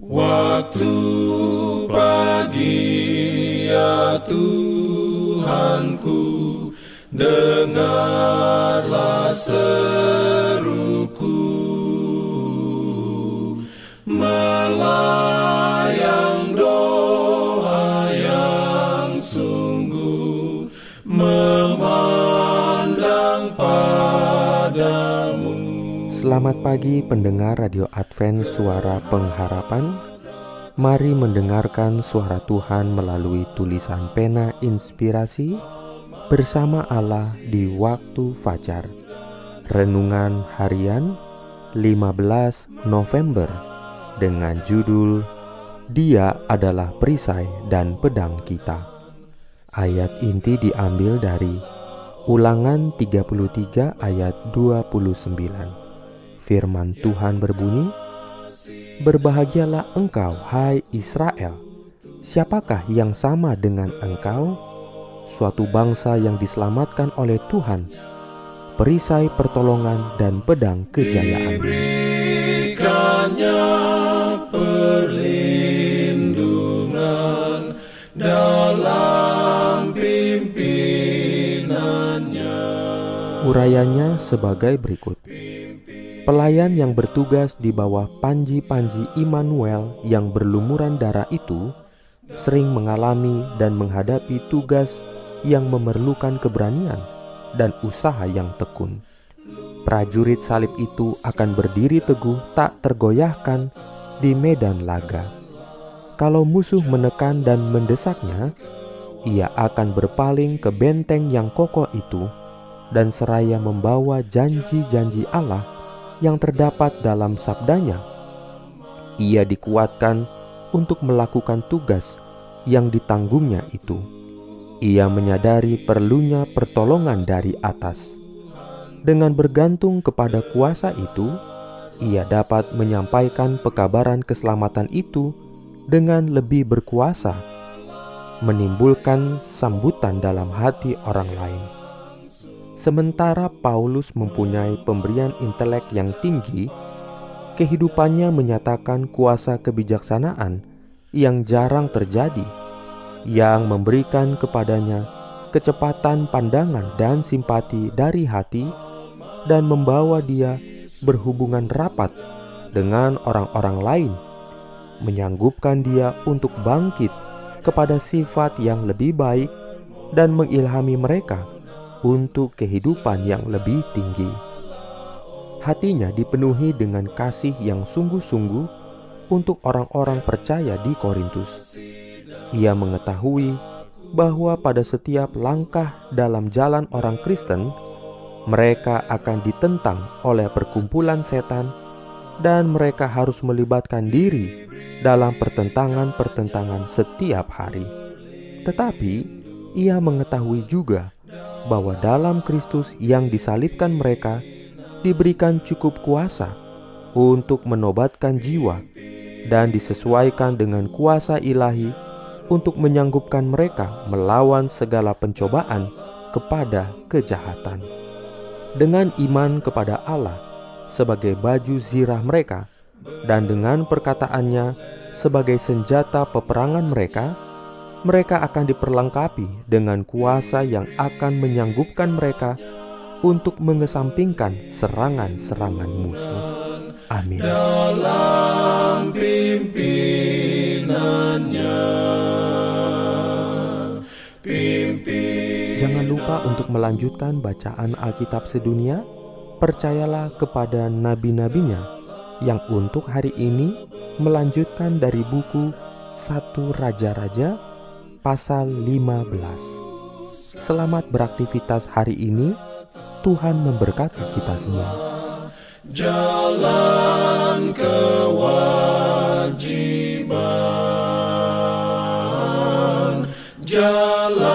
Waktu pagi ya Tuhanku, dengarlah seruku, melayang doa yang sungguh, memandang padamu. Selamat pagi pendengar Radio Advent Suara Pengharapan. Mari mendengarkan suara Tuhan melalui tulisan pena inspirasi bersama Allah di waktu fajar. Renungan harian 15 November dengan judul Dia adalah perisai dan pedang kita. Ayat inti diambil dari Ulangan 33 ayat 29. Firman Tuhan berbunyi, "Berbahagialah engkau, hai Israel. Siapakah yang sama dengan engkau? Suatu bangsa yang diselamatkan oleh Tuhan, perisai pertolongan dan pedang kejayaan." Diberikannya perlindungan dalam pimpinannya. Urayanya sebagai berikut. Pelayan yang bertugas di bawah panji-panji Immanuel yang berlumuran darah itu sering mengalami dan menghadapi tugas yang memerlukan keberanian dan usaha yang tekun. Prajurit salib itu akan berdiri teguh tak tergoyahkan di medan laga. Kalau musuh menekan dan mendesaknya, ia akan berpaling ke benteng yang kokoh itu dan seraya membawa janji-janji Allah yang terdapat dalam sabdanya. Ia dikuatkan untuk melakukan tugas yang ditanggungnya itu. Ia menyadari perlunya pertolongan dari atas. Dengan bergantung kepada kuasa itu, ia dapat menyampaikan pekabaran keselamatan itu dengan lebih berkuasa, menimbulkan sambutan dalam hati orang lain. Sementara Paulus mempunyai pemberian intelek yang tinggi, kehidupannya menyatakan kuasa kebijaksanaan yang jarang terjadi, yang memberikan kepadanya kecepatan pandangan dan simpati dari hati, dan membawa dia berhubungan rapat dengan orang-orang lain, menyanggupkan dia untuk bangkit kepada sifat yang lebih baik dan mengilhami mereka untuk kehidupan yang lebih tinggi. Hatinya dipenuhi dengan kasih yang sungguh-sungguh untuk orang-orang percaya di Korintus. Ia mengetahui bahwa pada setiap langkah dalam jalan orang Kristen, mereka akan ditentang oleh perkumpulan setan dan mereka harus melibatkan diri dalam pertentangan-pertentangan setiap hari. Tetapi ia mengetahui juga bahwa dalam Kristus yang disalibkan mereka diberikan cukup kuasa untuk menobatkan jiwa dan disesuaikan dengan kuasa ilahi untuk menyanggupkan mereka melawan segala pencobaan kepada kejahatan. Dengan iman kepada Allah sebagai baju zirah mereka dan dengan perkataannya sebagai senjata peperangan mereka, mereka akan diperlengkapi dengan kuasa yang akan menyanggupkan mereka untuk mengesampingkan serangan-serangan musuh. Amin. Dalam pimpinannya. Jangan lupa untuk melanjutkan bacaan Alkitab sedunia. Percayalah kepada nabi-nabinya yang untuk hari ini melanjutkan dari buku 1 Raja-Raja pasal 15. Selamat beraktivitas hari ini. Tuhan memberkati kita semua. Jalan kewajiban, jalan